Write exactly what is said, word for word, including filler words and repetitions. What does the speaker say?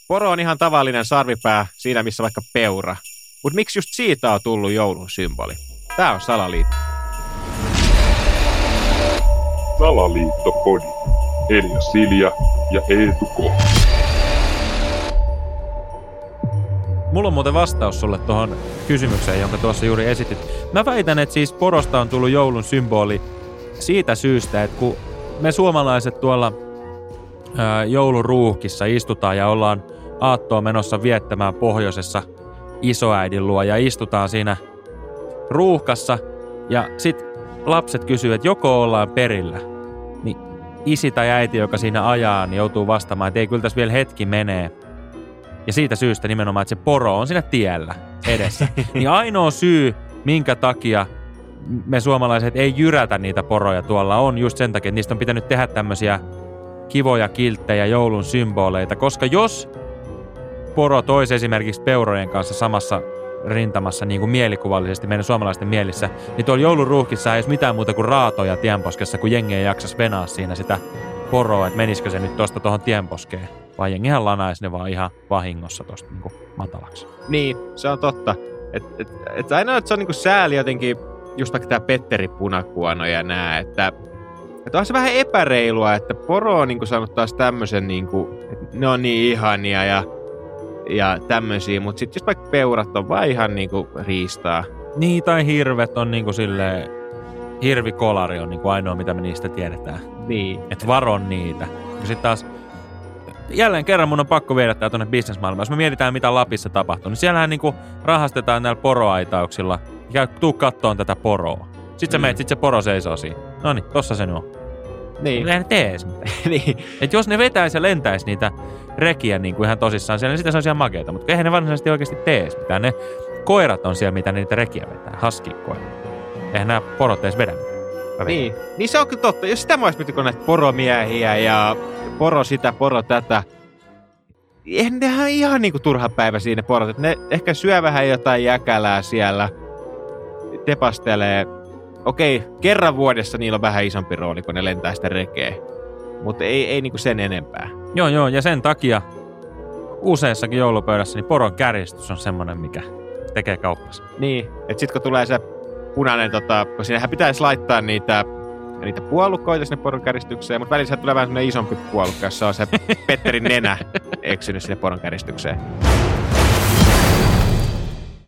Poro on ihan tavallinen sarvipää siinä, missä vaikka peura. Mutta miksi just siitä on tullut joulun symboli? Tää on Salaliitto. Salaliittopodi. Elia Silja ja Eetu K. Mulla on muuten vastaus sulle tuohon kysymykseen, jonka tuossa juuri esitit. Mä väitän, että siis porosta on tullut joulun symboli siitä syystä, että kun me suomalaiset tuolla ää, jouluruuhkissa istutaan ja ollaan aattoa menossa viettämään pohjoisessa isoäidin luo ja istutaan siinä ruuhkassa ja sit lapset kysyy, että joko ollaan perillä, niin isi tai äiti, joka siinä ajaa, niin joutuu vastaamaan, että ei kyllä tässä vielä hetki menee. Ja siitä syystä nimenomaan, että se poro on siinä tiellä edessä. Niin ainoa syy, minkä takia me suomalaiset ei jyrätä niitä poroja tuolla, on just sen takia, että niistä on pitänyt tehdä tämmöisiä kivoja kilttejä, joulun symboleita. Koska jos poro toisi esimerkiksi peurojen kanssa samassa rintamassa niin kuin mielikuvallisesti meidän suomalaisten mielissä, niin tuolla jouluruuhkissa ei olisi mitään muuta kuin raatoja tienposkessa, kun jengi ei jaksas venaa siinä sitä poroa, että menisikö se nyt tuosta tuohon tienposkeen. Vai jengihän lanaisi ne vaan ihan vahingossa tuosta niin kuin matalaksi. Niin, se on totta. Et, et, et ainoa, että se on niin kuin sääli jotenkin, just vaikka tämä Petteri Punakuono ja nää, että, että on se vähän epäreilua, että poro on niin kuin saanut taas tämmöisen, niin kuin, että ne on niin ihania ja ja tämmöisiä, mutta sitten jos vaikka peurat on vaan ihan niinku riistaa. Niin, tai hirvet on niinku silleen, hirvikolari on niinku ainoa, mitä me niistä tiedetään. Niin. Et varon niitä. Ja sitten taas, jälleen kerran mun on pakko viedä tää tonne bisnesmaailmaan. Jos me mietitään, mitä Lapissa tapahtuu, niin siellähän niinku rahastetaan näillä poroaitauksilla. Ja tuu kattoon tätä poroa. Sitten sä mm. meet, sit se poro seisoo siinä. Noniin, tossa se on. Niin. Mutta eihän ne tee edes mitään. Niin. Et jos ne vetäisi ja lentäisi niitä rekiä niin kuin ihan tosissaan siellä, niin sitä se olisi ihan makeata. Mutta eihän ne varsinaisesti oikeasti tee edes mitään. Ne koirat on siellä, mitä niitä rekiä vetää. Husky-koirat. Eihän nämä porot edes vedä mitään. Niin. Niin se on kyllä totta. Jos sitä mä olisin miettinyt, näitä poromiehiä ja poro sitä, poro tätä. Eihän ne ihan, ihan niin kuin turha päivä siinä porot. Et ne ehkä syö vähän jotain jäkälää siellä. Tepastelee. Okei, kerran vuodessa niillä on vähän isompi rooli, kun ne lentää sitä rekeä. Mutta ei, ei niinku sen enempää. Joo, joo, ja sen takia useassakin joulupöydässä niin poron kärjestys on semmoinen, mikä tekee kauppassa. Niin, että sit kun tulee se punainen, tota, kun siinähän pitäisi laittaa niitä, niitä puolukoita sinne poron kärjistykseen, mutta välissä tulee vähän semmoinen isompi puolukka, jossa on se Petterin nenä eksynyt sinne poron kärjistykseen.